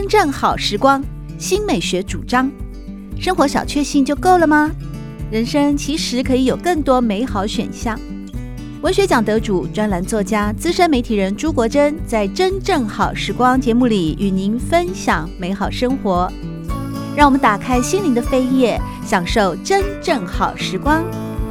正好时光，新美学主张。生活小确幸就够了吗？人生其实可以有更多美好选项。文学奖得主、专栏作家、资深媒体人朱国珍在《真正好时光》节目里与您分享美好生活。让我们打开心灵的扉页，享受真正好时光。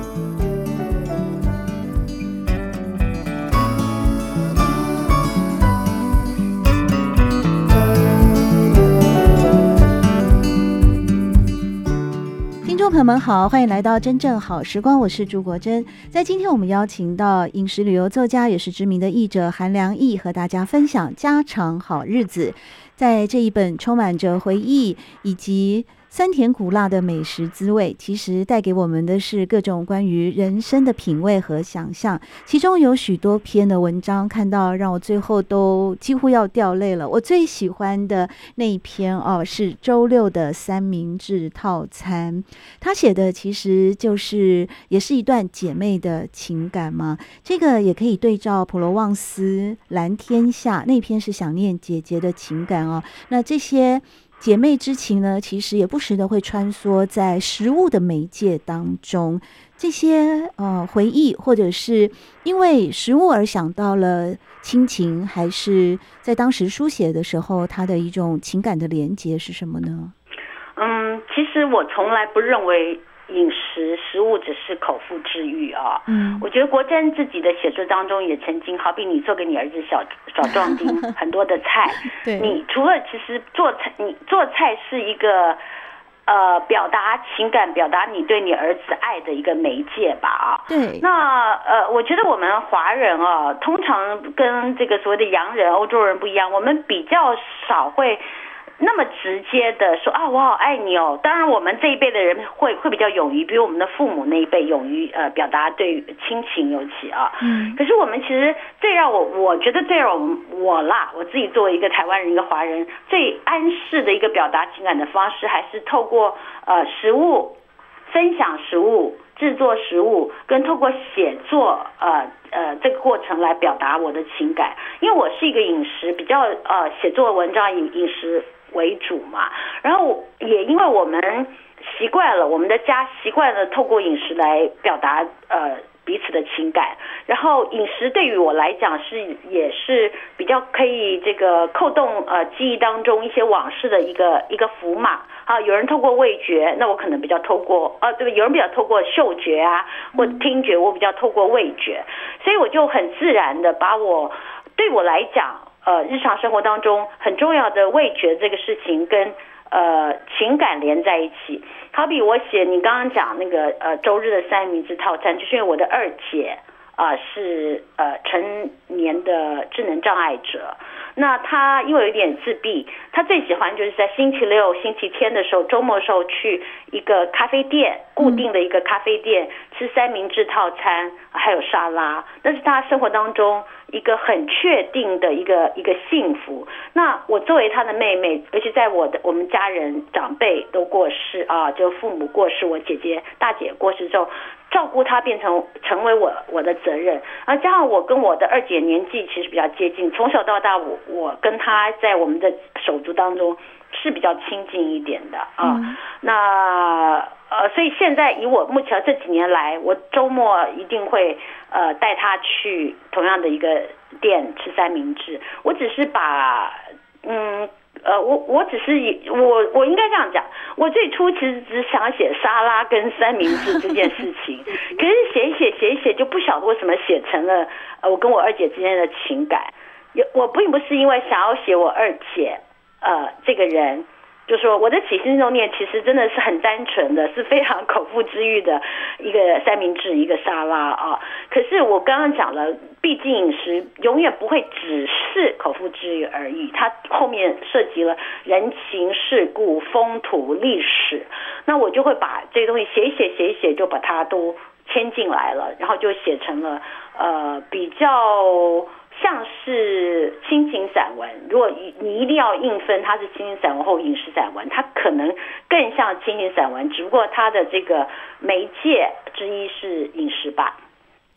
听众朋友们好，欢迎来到真正好时光，我是朱国珍。在今天我们邀请到饮食旅游作家，也是知名的译者韩良忆，和大家分享家常好日子。在这一本充满着回忆以及酸甜苦辣的美食滋味，其实带给我们的是各种关于人生的品味和想象。其中有许多篇的文章看到让我最后都几乎要掉泪了。我最喜欢的那一篇是周六的三明治套餐。他写的其实也是一段姐妹的情感嘛。这个也可以对照普罗旺斯蓝天下那篇是想念姐姐的情感那这些姐妹之情呢，其实也不时的会穿梭在食物的媒介当中。这些回忆，或者是因为食物而想到了亲情，还是在当时书写的时候，它的一种情感的连结是什么呢？ 其实我从来不认为食物只是口腹之欲我觉得国珍自己的写作当中也曾经，好比你做给你儿子小壮丁很多的菜对， 你除了其实你做菜是一个表达情感、表达你对你儿子爱的一个媒介吧对。 那我觉得我们华人通常跟这个所谓的洋人、欧洲人不一样，我们比较少会那么直接的说我好爱你当然我们这一辈的人会比较勇于，比如我们的父母那一辈勇于表达对亲情，尤其可是我们其实最让我觉得最让我自己作为一个台湾人、一个华人，最安适的一个表达情感的方式，还是透过食物分享、食物制作、食物跟透过写作这个过程来表达我的情感。因为我是一个饮食比较写作文章以饮食为主嘛，然后也因为我们习惯了，我们的家习惯了透过饮食来表达彼此的情感，然后饮食对于我来讲也是比较可以这个扣动记忆当中一些往事的一个符码有人透过味觉，那我可能比较透过对，有人比较透过嗅觉或听觉，我比较透过味觉，所以我就很自然的把对我来讲日常生活当中很重要的味觉这个事情跟情感连在一起。好比我写你刚刚讲那个周日的三明治套餐，就是因为我的二姐是成年的智能障碍者，那她因为有点自闭，她最喜欢就是在星期六、星期天的时候、周末的时候去一个咖啡店，固定的一个咖啡店吃三明治套餐，还有沙拉，那是她生活当中一个很确定的一个幸福。那我作为她的妹妹，而且在我们家人长辈都过世就父母过世，我姐姐大姐过世之后，照顾她成为我的责任。而加上我跟我的二姐年纪其实比较接近，从小到大我跟她在我们的手足当中是比较亲近一点的那所以现在以我目前这几年来，我周末一定会带她去同样的一个店吃三明治。我只是把我只是我应该这样讲，我最初其实只想写沙拉跟三明治这件事情，可是写一写就不晓得为什么写成了我跟我二姐之间的情感。我并不是因为想要写我二姐这个人，就说我的起心动念其实真的是很单纯的，是非常口腹之欲的一个三明治，一个沙拉可是我刚刚讲了，毕竟饮食永远不会只是口腹之欲而已，它后面涉及了人情世故、风土历史，那我就会把这些东西写一写，就把它都牵进来了，然后就写成了比较像是亲情散文。如果你一定要硬分它是亲情散文或饮食散文，它可能更像亲情散文，只不过它的这个媒介之一是饮食吧。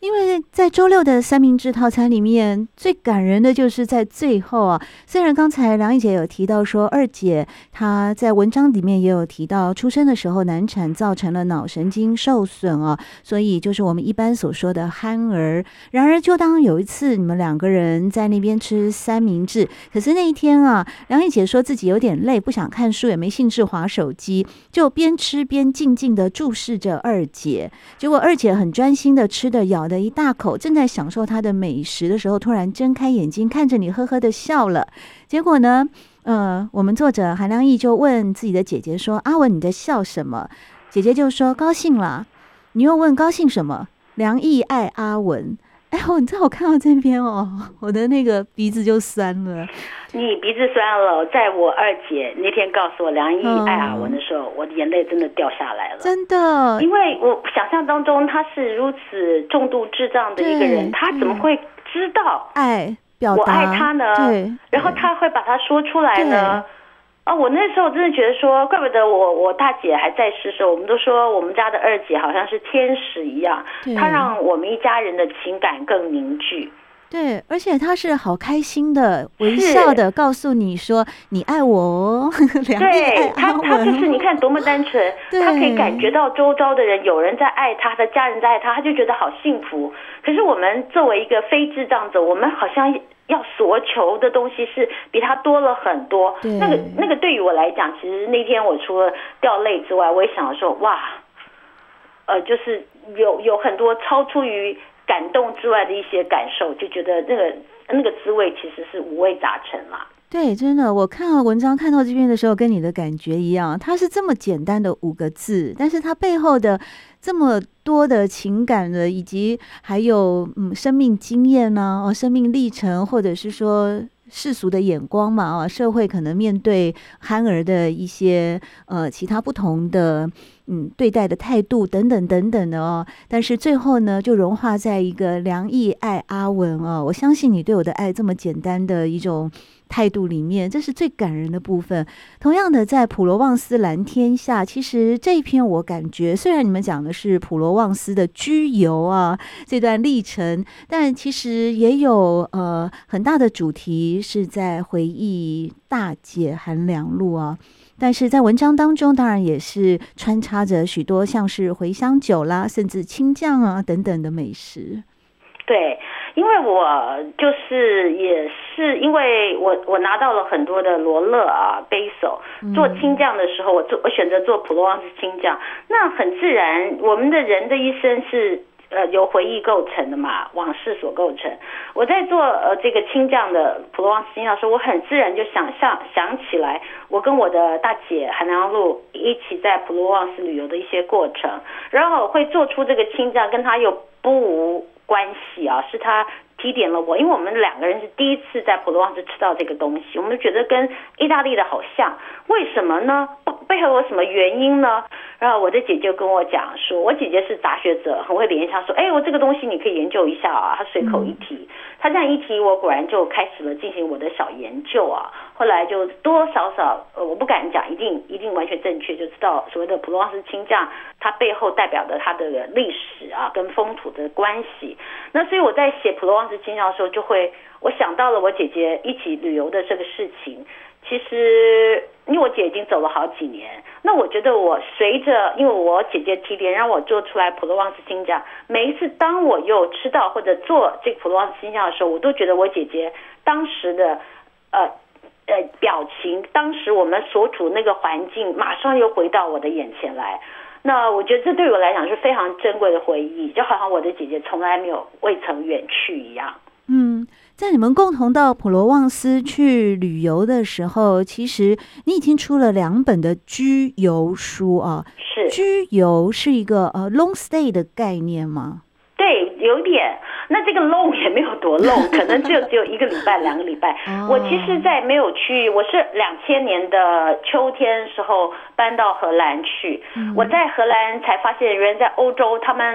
因为在周六的三明治套餐里面，最感人的就是在最后啊。虽然刚才梁毅姐有提到说，二姐她在文章里面也有提到，出生的时候难产造成了脑神经受损啊，所以就是我们一般所说的憨儿。然而，就当有一次你们两个人在那边吃三明治，可是那一天啊，梁毅姐说自己有点累，不想看书，也没兴致滑手机，就边吃边静静的注视着二姐。结果二姐很专心的吃的咬的一大口，正在享受她的美食的时候，突然睁开眼睛看着你呵呵的笑了。结果呢我们作者韩良义就问自己的姐姐说，阿文你在笑什么？姐姐就说高兴啦。你又问高兴什么？梁毅爱阿文。哎呦，你知道我看到这边哦，我的那个鼻子就酸了。 你鼻子酸了，在我二姐那天告诉我梁毅爱阿文的时候，我的眼泪真的掉下来了。 真的， 因为我想象当中他是如此重度智障的一个人，他怎么会知道爱表达我爱他呢？对，然后他会把它说出来呢？我那时候真的觉得说，怪不得我大姐还在世的时候，我们都说我们家的二姐好像是天使一样，她让我们一家人的情感更凝聚。 对，而且他是好开心的，微笑的告诉你说你爱我哦。 对，他就是你看多么单纯，他可以感觉到周遭的人有人在爱他，他的家人在爱他，他就觉得好幸福。可是我们作为一个非智障者，我们好像要所求的东西是比他多了很多。那个对于我来讲，其实那天我除了掉泪之外，我也想说哇，就是有很多超出于感动之外的一些感受，就觉得那个滋味其实是五味杂陈啦。 对，真的，我看到文章看到这边的时候，跟你的感觉一样，它是这么简单的5个字，但是它背后的这么多的情感的，以及还有生命经验呢，生命历程，或者是说世俗的眼光嘛，社会可能面对憨儿的一些其他不同的对待的态度等等等等的哦，但是最后呢，就融化在一个梁毅爱阿文哦，我相信你对我的爱这么简单的一种态度里面，这是最感人的部分。同样的，在普罗旺斯蓝天下，其实这一篇我感觉，虽然你们讲的是普罗旺斯的居游啊这段历程，但其实也有很大的主题是在回忆大姐韩良露啊。但是在文章当中，当然也是穿插着许多像是茴香酒啦，甚至青酱啊等等的美食。 对，因为我就是也是因为我拿到了很多的罗勒啊、basil，做青酱的时候，我选择做普罗旺斯青酱，那很自然，我们的人的一生是由回忆构成的嘛，往事所构成。我在做这个青酱的普罗旺斯青酱的时候，我很自然就想起来我跟我的大姐韩良露一起在普罗旺斯旅游的一些过程，然后我会做出这个青酱，跟他又不无关系啊，是他提点了我，因为我们2个人是第一次在普罗旺斯吃到这个东西，我们觉得跟意大利的好像，为什么呢？背后有什么原因呢？然后我的姐姐跟我讲说，我姐姐是杂学者，很会联想说，我这个东西你可以研究一下啊。她随口一提，她这样一提，我果然就开始了进行我的小研究啊。后来就多多少少，我不敢讲一定完全正确，就知道所谓的普罗旺斯青酱，它背后代表的它的历史啊，跟风土的关系。那所以我在写普罗旺斯青酱的时候，我想到了我姐姐一起旅游的这个事情。其实因为我姐已经走了好几年，那我觉得我随着因为我姐姐提点让我做出来普罗旺斯青酱，每一次当我又吃到或者做这个普罗旺斯青酱的时候，我都觉得我姐姐当时的表情，当时我们所处那个环境马上又回到我的眼前来。那我觉得这对我来讲是非常珍贵的回忆，就好像我的姐姐从来未曾远去一样。 在你们共同到普罗旺斯去旅游的时候，其实你已经出了2本的居游书啊。 是，居游是一个long stay 的概念吗？ 对，有点。那这个 long 也没有多 long， 可能只有1个礼拜、2个礼拜。我其实在没有去，我是2000年的秋天时候搬到荷兰去。我在荷兰才发现，原来在欧洲他们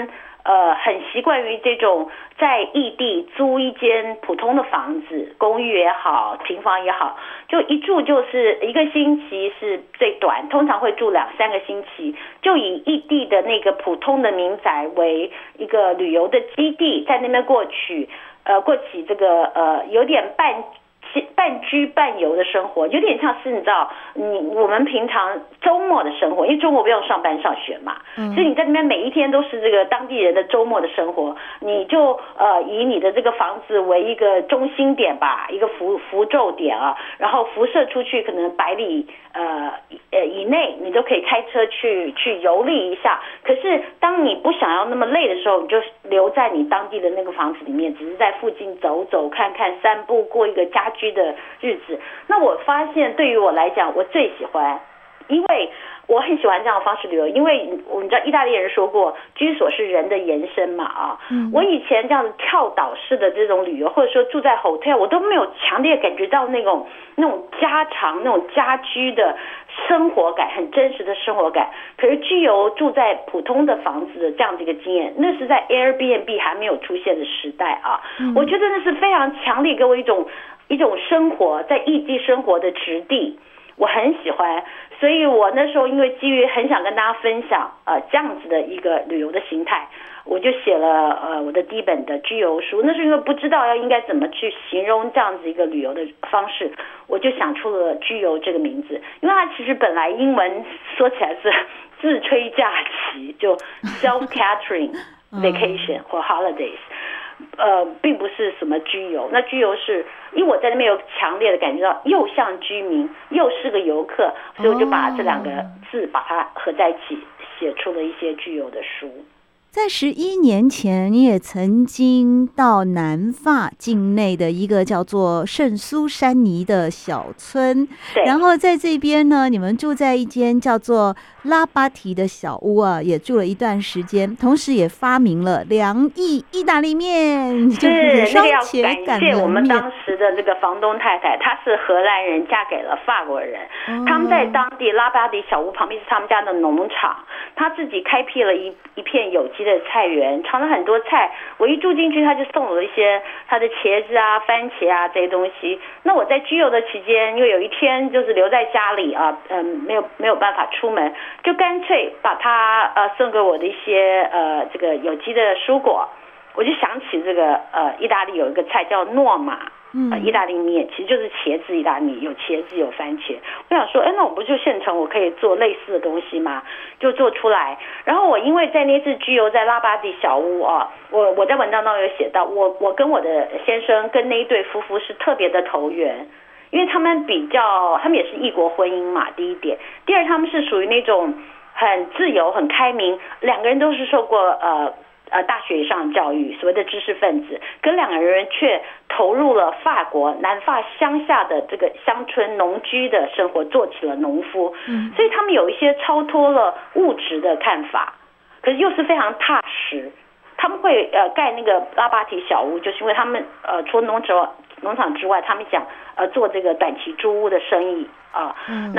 很习惯于这种在异地租一间普通的房子，公寓也好，平房也好，就一住就是1个星期是最短，通常会住2-3个星期，就以异地的那个普通的民宅为一个旅游的基地，在那边过起这个有点半居半游的生活，有点像是你知道，我们平常周末的生活，因为周末不用上班上学嘛，所以你在那边每一天都是这个当地人的周末的生活，你就以你的这个房子为一个中心点吧，一个符咒点啊，然后辐射出去可能100里以内，你都可以开车去游历一下。可是当你不想要那么累的时候，你就留在你当地的那个房子里面，只是在附近走走看看，散步，过一个家居的日子。那我发现对于我来讲，我最喜欢，因为我很喜欢这样的方式旅游，因为我们知道意大利人说过，居所是人的延伸嘛啊。我以前这样子跳岛式的这种旅游，或者说住在 hotel， 我都没有强烈感觉到那种家常、那种家居的生活感，很真实的生活感。可是居游住在普通的房子的这样的一个经验，那是在 Airbnb 还没有出现的时代啊。我觉得那是非常强烈给我一种生活在异地生活的质地，我很喜欢。所以我那时候因为基于很想跟大家分享这样子的一个旅游的形态，我就写了我的第一本的居游书。那是因为不知道应该怎么去形容这样子一个旅游的方式，我就想出了居游这个名字。因为它其实本来英文说起来是自吹假期，就 self-catering vacation 或 holidays，并不是什么居游。那居游是因为我在那边有强烈的感觉到，又像居民，又是个游客，所以我就把这2个字把它合在一起，写出了一些居游的书。 在11年前，你也曾经到南法境内的一个叫做圣苏珊妮的小村，然后在这边呢，你们住在一间叫做拉巴提的小屋啊，也住了一段时间，同时也发明了2亿意大利面，就是双茄擀面。 感谢我们当时的这个房东太太，她是荷兰人，嫁给了法国人。他们在当地拉巴提小屋旁边是他们家的农场，他自己开辟了一片有机的菜园，藏了很多菜。我一住进去，他就送我一些他的茄子啊、番茄啊这些东西。那我在居游的期间，因为有一天就是留在家里啊，没有办法出门，就干脆把他送给我的一些这个有机的蔬果。我就想起这个意大利有一个菜叫诺玛。意大利面其实就是茄子意大利面，有茄子有番茄。我想说，那我不就现成我可以做类似的东西吗？就做出来。然后我因为在那次居游在拉巴蒂小屋啊，我在文章当中有写到，我跟我的先生跟那一对夫妇是特别的投缘，因为他们也是异国婚姻嘛，第一点。第二，他们是属于那种很自由、很开明，2个人都是受过大学以上教育，所谓的知识分子，跟2个人却投入了法国南法乡下的这个乡村农居的生活，做起了农夫。所以他们有一些超脱了物质的看法，可是又是非常踏实。他们会盖那个拉巴提小屋，就是因为他们除了农场之外，他们想做这个短期租屋的生意啊。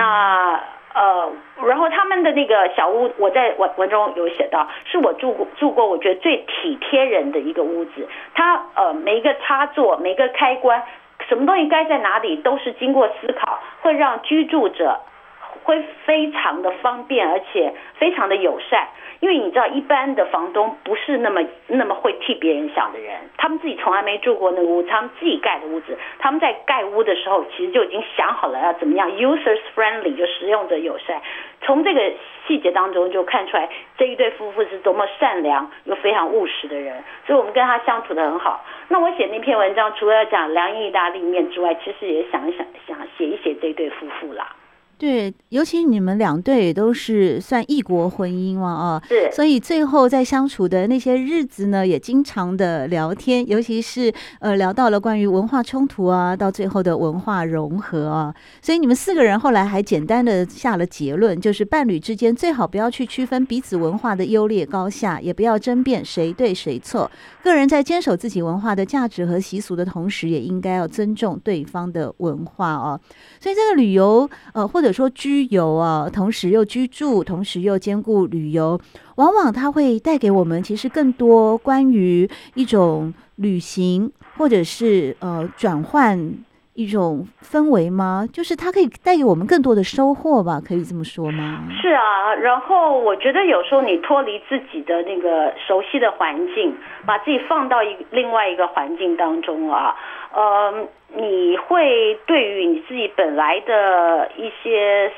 然后他们的那个小屋，我在文中有写到，是我住过我觉得最体贴人的一个屋子。它每一个插座、每个开关，什么东西该在哪里，都是经过思考，会让居住者会非常的方便，而且非常的友善。因为你知道，一般的房东不是那么会替别人想的人，他们自己从来没住过那个屋子，他们自己盖的屋子，他们在盖屋的时候其实就已经想好了要怎么样 users friendly， 就使用者友善。从这个细节当中就看出来这一对夫妇是多么善良又非常务实的人，所以我们跟他相处得很好。那我写那篇文章除了要讲2亿意大利面之外，其实也想写一写这一对夫妇啦。 对，尤其你们2对也都是算异国婚姻嘛啊， 是， 所以最后在相处的那些日子呢，也经常的聊天，尤其是聊到了关于文化冲突啊，到最后的文化融合啊，所以你们4个人后来还简单的下了结论，就是伴侣之间最好不要去区分彼此文化的优劣高下，也不要争辩谁对谁错，个人在坚守自己文化的价值和习俗的同时，也应该要尊重对方的文化哦。所以这个旅游或者者说居游啊，同时又居住，同时又兼顾旅游，往往它会带给我们其实更多关于一种旅行或者是转换一种氛围吗？就是它可以带给我们更多的收获吧，可以这么说吗？ 是啊，然后我觉得有时候你脱离自己的那个熟悉的环境，把自己放到另外一个环境当中啊，你会对于你自己本来的一些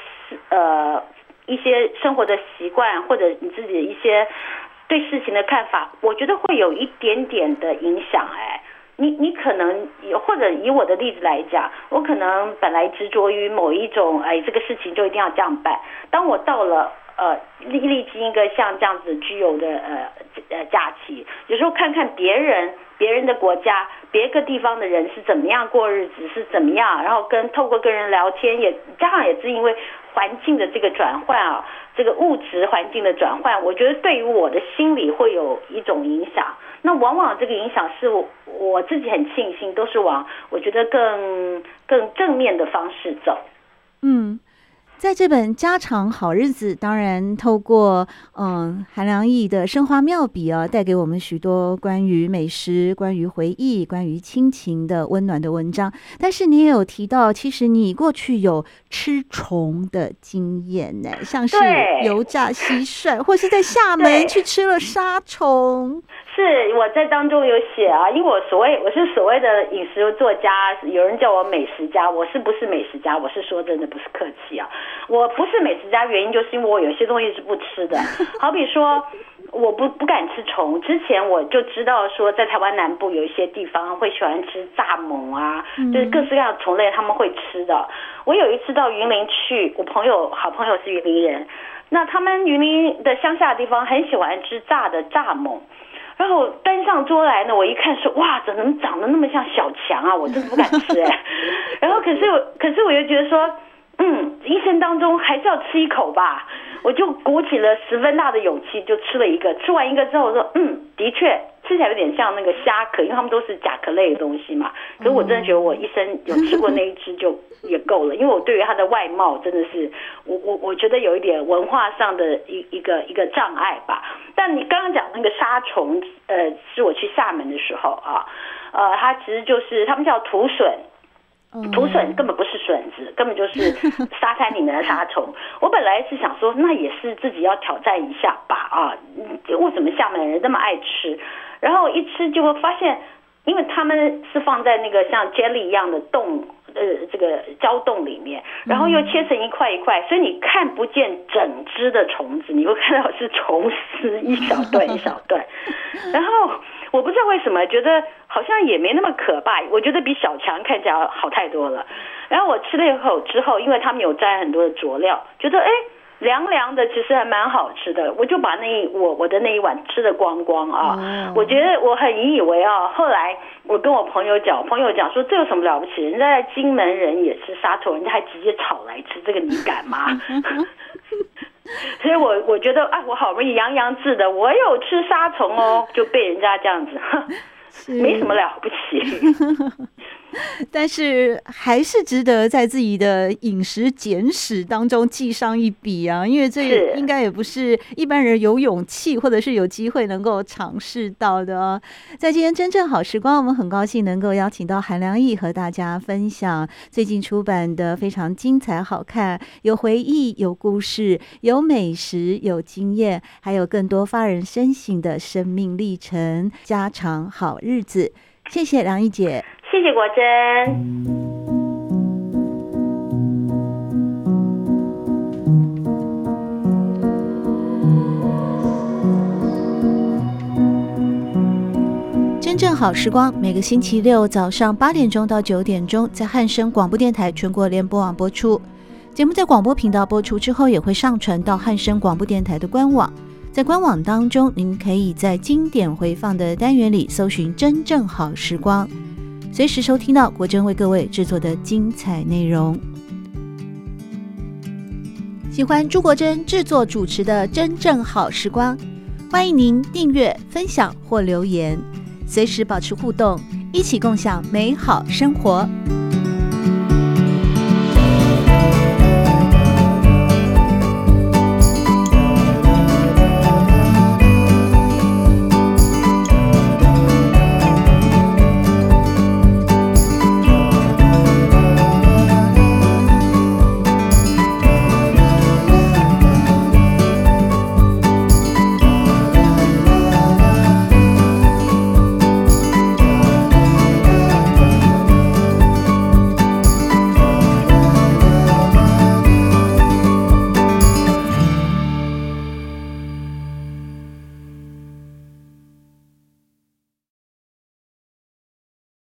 生活的习惯，或者你自己的一些对事情的看法，我觉得会有一点点的影响。你可能或者以我的例子来讲，我可能本来执着于某一种这个事情就一定要这样办，当我到了历经一个像这样子居游的假期，有时候看看别人的国家，别个地方的人是怎么样过日子，是怎么样，然后透过跟人聊天，也加上也是因为环境的这个转换啊，这个物质环境的转换，我觉得对于我的心理会有一种影响。那往往这个影响是我自己很庆幸，都是往我觉得更正面的方式走。 在这本家常好日子，当然透过韩良忆的生花妙笔啊，带给我们许多关于美食、关于回忆、关于亲情的温暖的文章。但是你也有提到，其实你过去有吃虫的经验呢，像是油炸蟋蟀，或是在厦门去吃了沙虫。 是我在当中有写啊，因为我是所谓的饮食作家，有人叫我美食家，我是不是美食家？我是说真的，不是客气啊。我不是美食家，原因就是因为我有些东西是不吃的，好比说我不敢吃虫。之前我就知道说，在台湾南部有一些地方会喜欢吃蚱蜢啊，就是各式各样的虫类他们会吃的。我有一次到云林去，我好朋友是云林人，那他们云林的乡下的地方很喜欢吃炸的蚱蜢。然后端上桌来呢，我一看说，哇，怎么长得那么像小强啊，我真的不敢吃然后可是我又觉得说，一生当中还是要吃一口吧，我就鼓起了10分大的勇气，就吃了一个。吃完一个之后，我说，的确吃起来有点像那个虾壳，因为他们都是甲壳类的东西嘛。可是我真的觉得我一生有吃过那一只就也够了，因为我对于它的外貌真的是，我觉得有一点文化上的一个障碍吧。但你刚刚讲那个沙虫，是我去厦门的时候啊，它其实就是他们叫土笋。土笋根本不是笋子，根本就是沙滩里面的沙虫。我本来是想说，那也是自己要挑战一下吧啊！为什么厦门人那么爱吃？然后一吃就会发现，因为他们是放在那个像 jelly 一样的冻，这个胶冻里面，然后又切成一块一块，所以你看不见整只的虫子，你会看到是虫丝一小段一小段。然后我不知道为什么觉得好像也没那么可怕，我觉得比小强看起来好太多了。然后我吃了一口之后，因为他们有沾很多的佐料，觉得凉凉的，其实还蛮好吃的。我就把我的那一碗吃得光光啊！我觉得我很引以为傲。后来我跟我朋友讲说，这有什么了不起？人家在金门人也吃沙虫，人家还直接炒来吃，这个你敢吗？所以我觉得我好不容易洋自的，我有吃沙虫哦，就被人家这样子，没什么了不起。 但是还是值得在自己的饮食简史当中记上一笔啊，因为这应该也不是一般人有勇气或者是有机会能够尝试到的哦。在今天真正好时光，我们很高兴能够邀请到韩良忆和大家分享最近出版的非常精彩好看，有回忆，有故事，有美食，有经验，还有更多发人深省的生命历程，家常好日子。谢谢良忆姐。 谢谢国珍。 真正好时光，每个星期六早上8点钟到9点钟，在汉声广播电台全国联播网播出。节目在广播频道播出之后，也会上传到汉声广播电台的官网。在官网当中，您可以在经典回放的单元里搜寻真正好时光，随时收听到国珍为各位制作的精彩内容。喜欢朱国珍制作主持的真正好时光，欢迎您订阅、分享或留言，随时保持互动，一起共享美好生活。